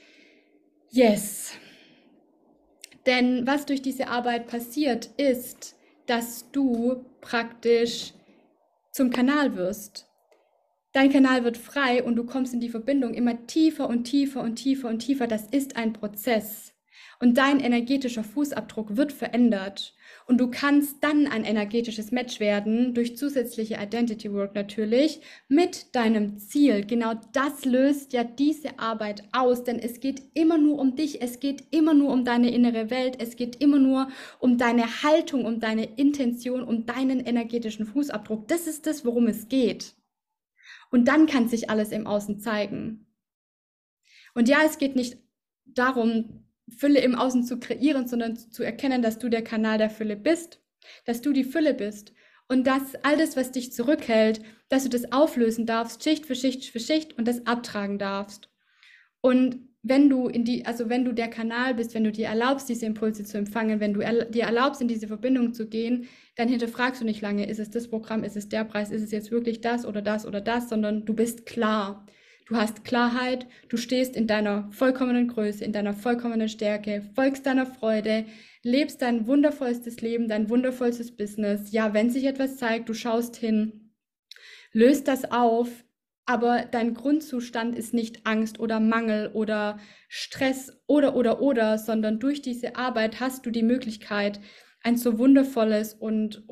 Speaker 1: Yes. Denn was durch diese Arbeit passiert, ist, dass du praktisch zum Kanal wirst. Dein Kanal wird frei und du kommst in die Verbindung immer tiefer und tiefer und tiefer und tiefer. Das ist ein Prozess. Und dein energetischer Fußabdruck wird verändert. Und du kannst dann ein energetisches Match werden, durch zusätzliche Identity Work natürlich, mit deinem Ziel. Genau das löst ja diese Arbeit aus, denn es geht immer nur um dich, es geht immer nur um deine innere Welt, es geht immer nur um deine Haltung, um deine Intention, um deinen energetischen Fußabdruck. Das ist das, worum es geht. Und dann kann sich alles im Außen zeigen. Und ja, es geht nicht darum, Fülle im Außen zu kreieren, sondern zu erkennen, dass du der Kanal der Fülle bist, dass du die Fülle bist und dass all das, was dich zurückhält, dass du das auflösen darfst, Schicht für Schicht für Schicht und das abtragen darfst. Und wenn du wenn du der Kanal bist, wenn du dir erlaubst, diese Impulse zu empfangen, wenn du dir erlaubst, in diese Verbindung zu gehen, dann hinterfragst du nicht lange, ist es das Programm, ist es der Preis, ist es jetzt wirklich das oder das oder das, sondern du bist klar. Du hast Klarheit, du stehst in deiner vollkommenen Größe, in deiner vollkommenen Stärke, folgst deiner Freude, lebst dein wundervollstes Leben, dein wundervollstes Business. Ja, wenn sich etwas zeigt, du schaust hin, löst das auf, aber dein Grundzustand ist nicht Angst oder Mangel oder Stress oder, sondern durch diese Arbeit hast du die Möglichkeit, ein so wundervolles und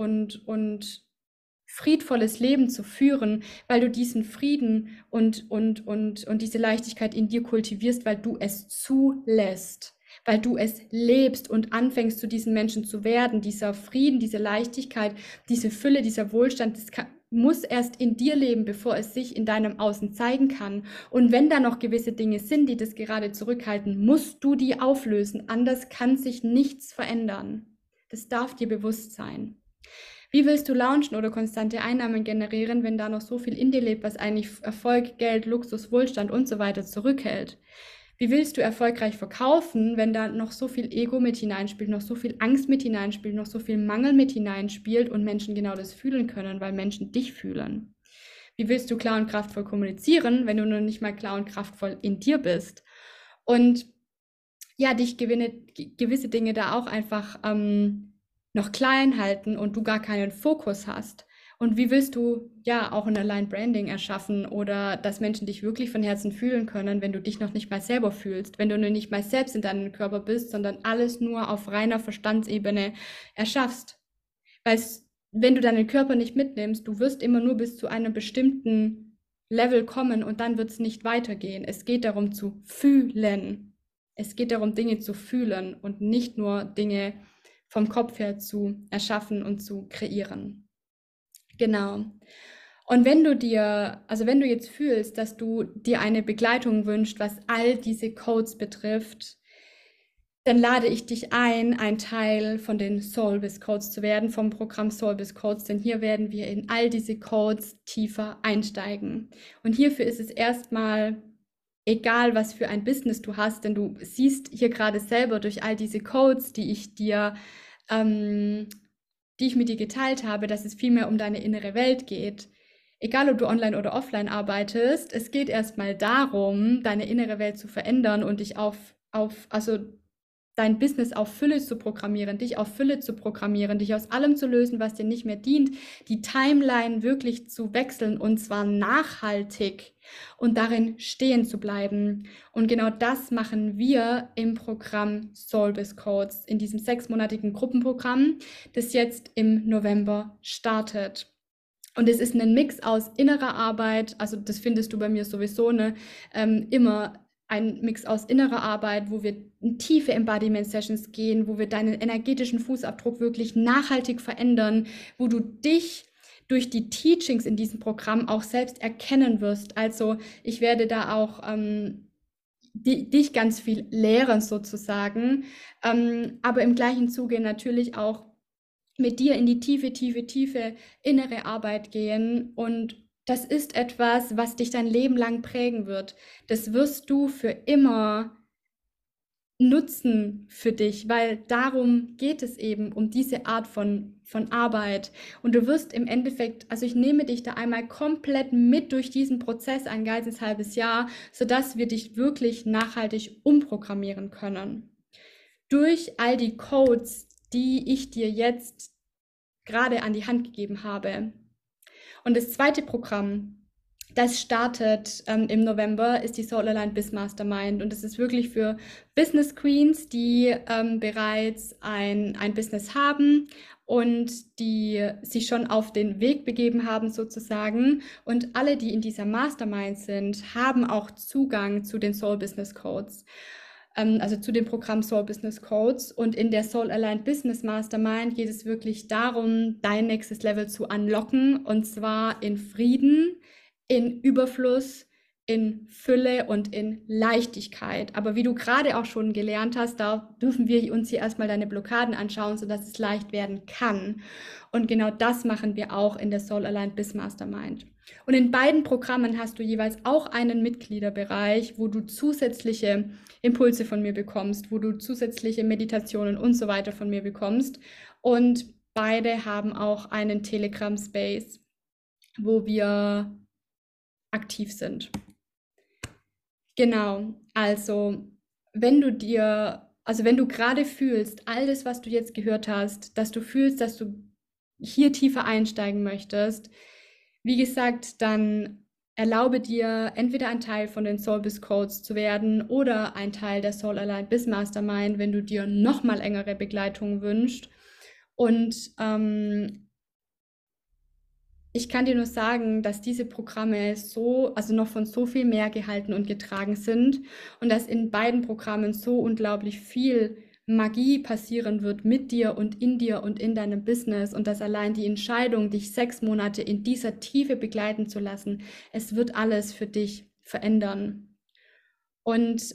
Speaker 1: friedvolles Leben zu führen, weil du diesen Frieden und diese Leichtigkeit in dir kultivierst, weil du es zulässt, weil du es lebst und anfängst, zu diesen Menschen zu werden. Dieser Frieden, diese Leichtigkeit, diese Fülle, dieser Wohlstand, muss erst in dir leben, bevor es sich in deinem Außen zeigen kann. Und wenn da noch gewisse Dinge sind, die das gerade zurückhalten, musst du die auflösen. Anders kann sich nichts verändern. Das darf dir bewusst sein. Wie willst du launchen oder konstante Einnahmen generieren, wenn da noch so viel in dir lebt, was eigentlich Erfolg, Geld, Luxus, Wohlstand und so weiter zurückhält? Wie willst du erfolgreich verkaufen, wenn da noch so viel Ego mit hineinspielt, noch so viel Angst mit hineinspielt, noch so viel Mangel mit hineinspielt und Menschen genau das fühlen können, weil Menschen dich fühlen? Wie willst du klar und kraftvoll kommunizieren, wenn du noch nicht mal klar und kraftvoll in dir bist? Und ja, dich gewisse Dinge da auch einfach noch klein halten und du gar keinen Fokus hast. Und wie willst du ja auch ein Aligned Branding erschaffen oder dass Menschen dich wirklich von Herzen fühlen können, wenn du dich noch nicht mal selber fühlst, wenn du nur nicht mal selbst in deinem Körper bist, sondern alles nur auf reiner Verstandsebene erschaffst. Weil wenn du deinen Körper nicht mitnimmst, du wirst immer nur bis zu einem bestimmten Level kommen und dann wird es nicht weitergehen. Es geht darum zu fühlen. Es geht darum, Dinge zu fühlen und nicht nur Dinge vom Kopf her zu erschaffen und zu kreieren. Genau. Und wenn du jetzt fühlst, dass du dir eine Begleitung wünschst, was all diese Codes betrifft, dann lade ich dich ein Teil von den Soulbiz Codes zu werden, vom Programm Soulbiz Codes, denn hier werden wir in all diese Codes tiefer einsteigen. Und hierfür ist es erstmal egal, was für ein Business du hast, denn du siehst hier gerade selber durch all diese Codes, die ich mit dir geteilt habe, dass es vielmehr um deine innere Welt geht. Egal, ob du online oder offline arbeitest, es geht erstmal darum, deine innere Welt zu verändern und dich also dein Business auf Fülle zu programmieren, dich auf Fülle zu programmieren, dich aus allem zu lösen, was dir nicht mehr dient, die Timeline wirklich zu wechseln und zwar nachhaltig und darin stehen zu bleiben. Und genau das machen wir im Programm Soulbiz Codes, in diesem 6-monatigen Gruppenprogramm, das jetzt im November startet. Und es ist ein Mix aus innerer Arbeit, also das findest du bei mir sowieso, ne, immer ein Mix aus innerer Arbeit, wo wir in tiefe Embodiment-Sessions gehen, wo wir deinen energetischen Fußabdruck wirklich nachhaltig verändern, wo du dich durch die Teachings in diesem Programm auch selbst erkennen wirst. Also ich werde da auch dich ganz viel lehren sozusagen, aber im gleichen Zuge natürlich auch mit dir in die tiefe innere Arbeit gehen, und das ist etwas, was dich dein Leben lang prägen wird. Das wirst du für immer nutzen für dich, weil darum geht es eben, um diese Art von Arbeit. Und du wirst im Endeffekt, also ich nehme dich da einmal komplett mit durch diesen Prozess, ein ganzes halbes Jahr, sodass wir dich wirklich nachhaltig umprogrammieren können. Durch all die Codes, die ich dir jetzt gerade an die Hand gegeben habe. Und das zweite Programm, das startet im November, ist die Soul Aligned Biz Mastermind. Und das ist wirklich für Business Queens, die bereits ein Business haben und die sich schon auf den Weg begeben haben sozusagen. Und alle, die in dieser Mastermind sind, haben auch Zugang zu den Soul Business Codes. Also zu dem Programm Soul Business Codes. Und in der Soul Aligned Business Mastermind geht es wirklich darum, dein nächstes Level zu unlocken, und zwar in Frieden, in Überfluss, in Fülle und in Leichtigkeit. Aber wie du gerade auch schon gelernt hast, da dürfen wir uns hier erstmal deine Blockaden anschauen, sodass es leicht werden kann. Und genau das machen wir auch in der Soul Aligned Biz Mastermind. Und in beiden Programmen hast du jeweils auch einen Mitgliederbereich, wo du zusätzliche Impulse von mir bekommst, wo du zusätzliche Meditationen und so weiter von mir bekommst. Und beide haben auch einen Telegram-Space, wo wir aktiv sind. Genau, also wenn du gerade fühlst, all das, was du jetzt gehört hast, dass du fühlst, dass du hier tiefer einsteigen möchtest, wie gesagt, dann erlaube dir, entweder ein Teil von den Soulbiz Codes zu werden oder ein Teil der Soul Aligned Biz Mastermind, wenn du dir nochmal engere Begleitung wünschst. Und ich kann dir nur sagen, dass diese Programme noch von so viel mehr gehalten und getragen sind und dass in beiden Programmen so unglaublich viel Magie passieren wird mit dir und in deinem Business, und dass allein die Entscheidung, dich 6 Monate in dieser Tiefe begleiten zu lassen, es wird alles für dich verändern. Und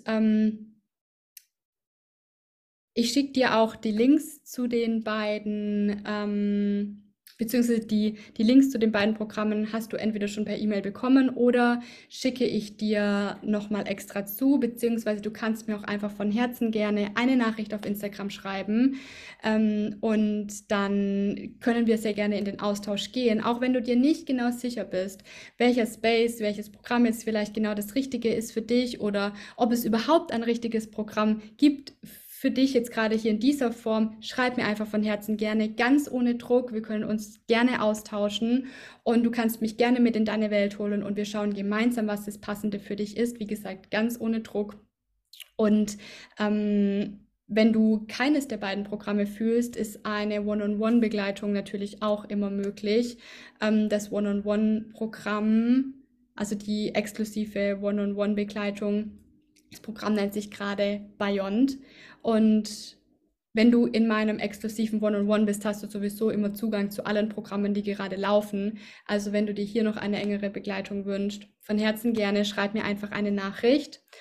Speaker 1: ich schicke dir auch die Links zu den beiden beziehungsweise die Links zu den beiden Programmen hast du entweder schon per E-Mail bekommen oder schicke ich dir nochmal extra zu, beziehungsweise du kannst mir auch einfach von Herzen gerne eine Nachricht auf Instagram schreiben, und dann können wir sehr gerne in den Austausch gehen, auch wenn du dir nicht genau sicher bist, welcher Space, welches Programm jetzt vielleicht genau das Richtige ist für dich oder ob es überhaupt ein richtiges Programm gibt für dich jetzt gerade hier in dieser Form. Schreib mir einfach von Herzen gerne, ganz ohne Druck. Wir können uns gerne austauschen und du kannst mich gerne mit in deine Welt holen und wir schauen gemeinsam, was das Passende für dich ist. Wie gesagt, ganz ohne Druck. Und wenn du keines der beiden Programme fühlst, ist eine One-on-One-Begleitung natürlich auch immer möglich. Das One-on-One-Programm, also die exklusive One-on-One-Begleitung, das Programm nennt sich gerade Beyond. Und wenn du in meinem exklusiven One-on-One bist, hast du sowieso immer Zugang zu allen Programmen, die gerade laufen. Also wenn du dir hier noch eine engere Begleitung wünschst, von Herzen gerne, schreib mir einfach eine Nachricht.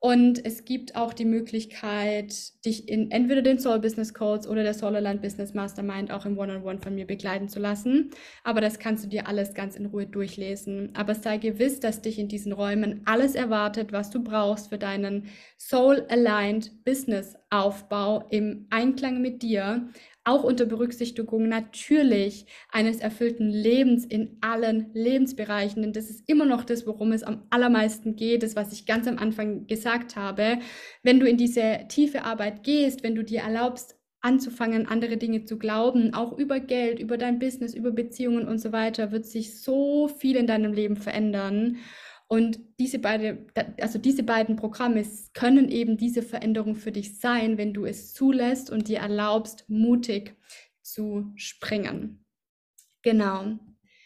Speaker 1: Und es gibt auch die Möglichkeit, dich in entweder den Soul Business Codes oder der Soul Aligned Business Mastermind auch im One-on-One von mir begleiten zu lassen. Aber das kannst du dir alles ganz in Ruhe durchlesen. Aber sei gewiss, dass dich in diesen Räumen alles erwartet, was du brauchst für deinen Soul Aligned Business Aufbau im Einklang mit dir. Auch unter Berücksichtigung natürlich eines erfüllten Lebens in allen Lebensbereichen. Denn das ist immer noch das, worum es am allermeisten geht, das, was ich ganz am Anfang gesagt habe. Wenn du in diese tiefe Arbeit gehst, wenn du dir erlaubst, anzufangen, andere Dinge zu glauben, auch über Geld, über dein Business, über Beziehungen und so weiter, wird sich so viel in deinem Leben verändern. Und diese beiden Programme können eben diese Veränderung für dich sein, wenn du es zulässt und dir erlaubst, mutig zu springen. Genau.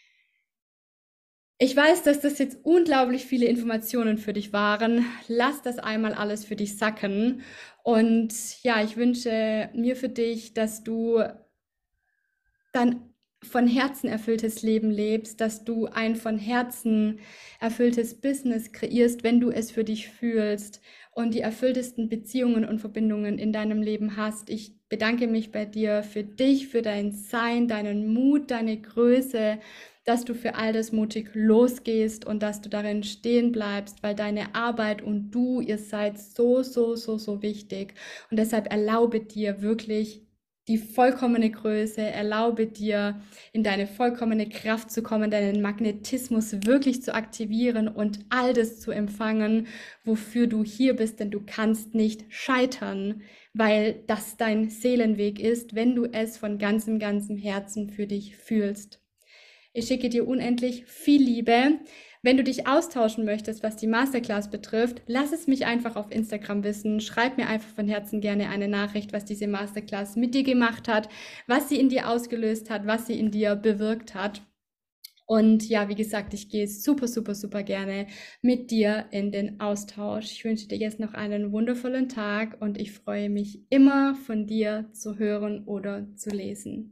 Speaker 1: Ich weiß, dass das jetzt unglaublich viele Informationen für dich waren. Lass das einmal alles für dich sacken. Und ja, ich wünsche mir für dich, dass du dann von Herzen erfülltes Leben lebst, dass du ein von Herzen erfülltes Business kreierst, wenn du es für dich fühlst und die erfülltesten Beziehungen und Verbindungen in deinem Leben hast. Ich bedanke mich bei dir für dich, für dein Sein, deinen Mut, deine Größe, dass du für all das mutig losgehst und dass du darin stehen bleibst, weil deine Arbeit und du, ihr seid so, so, so, so wichtig. Und deshalb erlaube dir wirklich die vollkommene Größe, erlaube dir, in deine vollkommene Kraft zu kommen, deinen Magnetismus wirklich zu aktivieren und all das zu empfangen, wofür du hier bist, denn du kannst nicht scheitern, weil das dein Seelenweg ist, wenn du es von ganzem, ganzem Herzen für dich fühlst. Ich schicke dir unendlich viel Liebe. Wenn du dich austauschen möchtest, was die Masterclass betrifft, lass es mich einfach auf Instagram wissen. Schreib mir einfach von Herzen gerne eine Nachricht, was diese Masterclass mit dir gemacht hat, was sie in dir ausgelöst hat, was sie in dir bewirkt hat. Und ja, wie gesagt, ich gehe super, super, super gerne mit dir in den Austausch. Ich wünsche dir jetzt noch einen wundervollen Tag und ich freue mich immer von dir zu hören oder zu lesen.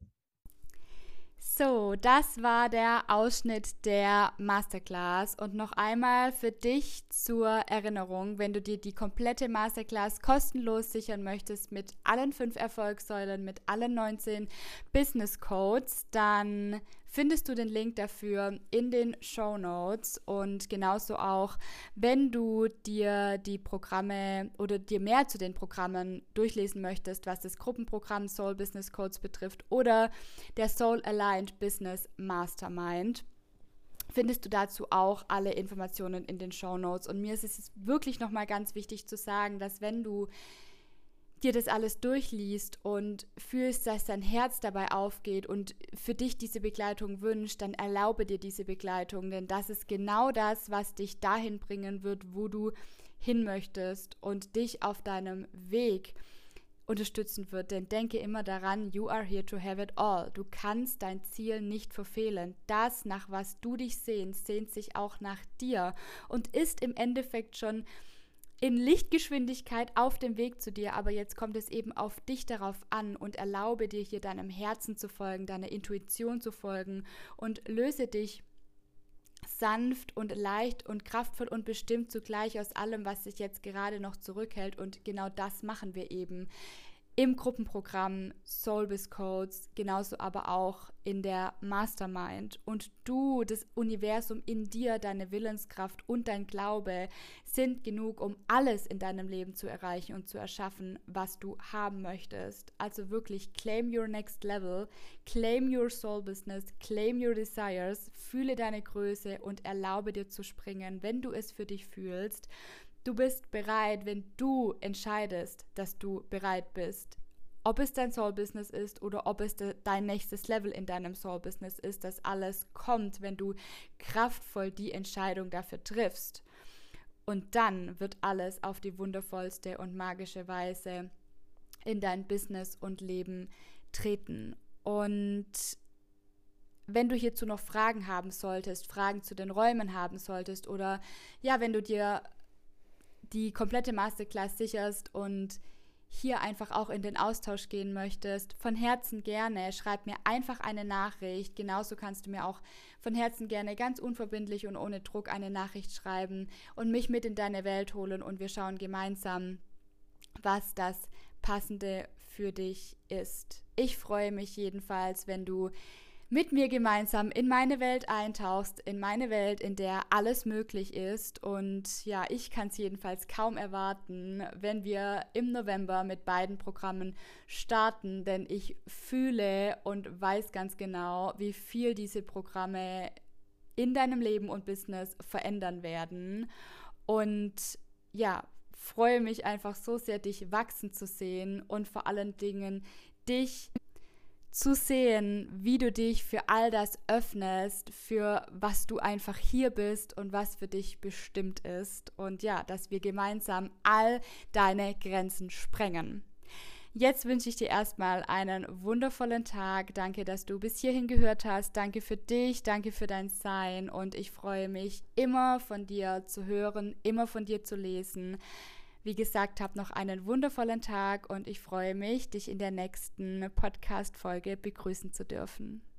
Speaker 1: So, das war der Ausschnitt der Masterclass und noch einmal für dich zur Erinnerung, wenn du dir die komplette Masterclass kostenlos sichern möchtest mit allen 5 Erfolgssäulen, mit allen 19 Business Codes, dann findest du den Link dafür in den Shownotes und genauso auch, wenn du dir die Programme oder dir mehr zu den Programmen durchlesen möchtest, was das Gruppenprogramm Soul Business Codes betrifft oder der Soul Aligned Business Mastermind, findest du dazu auch alle Informationen in den Shownotes. Und mir ist es wirklich nochmal ganz wichtig zu sagen, dass wenn du dir das alles durchliest und fühlst, dass dein Herz dabei aufgeht und für dich diese Begleitung wünscht, dann erlaube dir diese Begleitung, denn das ist genau das, was dich dahin bringen wird, wo du hin möchtest und dich auf deinem Weg unterstützen wird. Denn denke immer daran, you are here to have it all. Du kannst dein Ziel nicht verfehlen. Das, nach was du dich sehnst, sehnt sich auch nach dir und ist im Endeffekt schon in Lichtgeschwindigkeit auf dem Weg zu dir, aber jetzt kommt es eben auf dich darauf an und erlaube dir hier deinem Herzen zu folgen, deiner Intuition zu folgen und löse dich sanft und leicht und kraftvoll und bestimmt zugleich aus allem, was sich jetzt gerade noch zurückhält, und genau das machen wir eben im Gruppenprogramm Soul Biz Codes, genauso aber auch in der Mastermind. Und du, das Universum in dir, deine Willenskraft und dein Glaube sind genug, um alles in deinem Leben zu erreichen und zu erschaffen, was du haben möchtest. Also wirklich claim your next level, claim your soul business, claim your desires, fühle deine Größe und erlaube dir zu springen, wenn du es für dich fühlst. Du bist bereit, wenn du entscheidest, dass du bereit bist. Ob es dein Soul-Business ist oder ob es dein nächstes Level in deinem Soul-Business ist, das alles kommt, wenn du kraftvoll die Entscheidung dafür triffst. Und dann wird alles auf die wundervollste und magische Weise in dein Business und Leben treten. Und wenn du hierzu noch Fragen haben solltest, Fragen zu den Räumen haben solltest oder ja, wenn du dir die komplette Masterclass sicherst und hier einfach auch in den Austausch gehen möchtest, von Herzen gerne, schreib mir einfach eine Nachricht. Genauso kannst du mir auch von Herzen gerne ganz unverbindlich und ohne Druck eine Nachricht schreiben und mich mit in deine Welt holen und wir schauen gemeinsam, was das Passende für dich ist. Ich freue mich jedenfalls, wenn du mit mir gemeinsam in meine Welt eintauchst, in meine Welt, in der alles möglich ist. Und ja, ich kann es jedenfalls kaum erwarten, wenn wir im November mit beiden Programmen starten, denn ich fühle und weiß ganz genau, wie viel diese Programme in deinem Leben und Business verändern werden. Und ja, freue mich einfach so sehr, dich wachsen zu sehen und vor allen Dingen dich zu sehen, wie du dich für all das öffnest, für was du einfach hier bist und was für dich bestimmt ist. Und ja, dass wir gemeinsam all deine Grenzen sprengen. Jetzt wünsche ich dir erstmal einen wundervollen Tag. Danke, dass du bis hierhin gehört hast. Danke für dich, danke für dein Sein. Und ich freue mich, immer von dir zu hören, immer von dir zu lesen. Wie gesagt, hab noch einen wundervollen Tag und ich freue mich, dich in der nächsten Podcast-Folge begrüßen zu dürfen.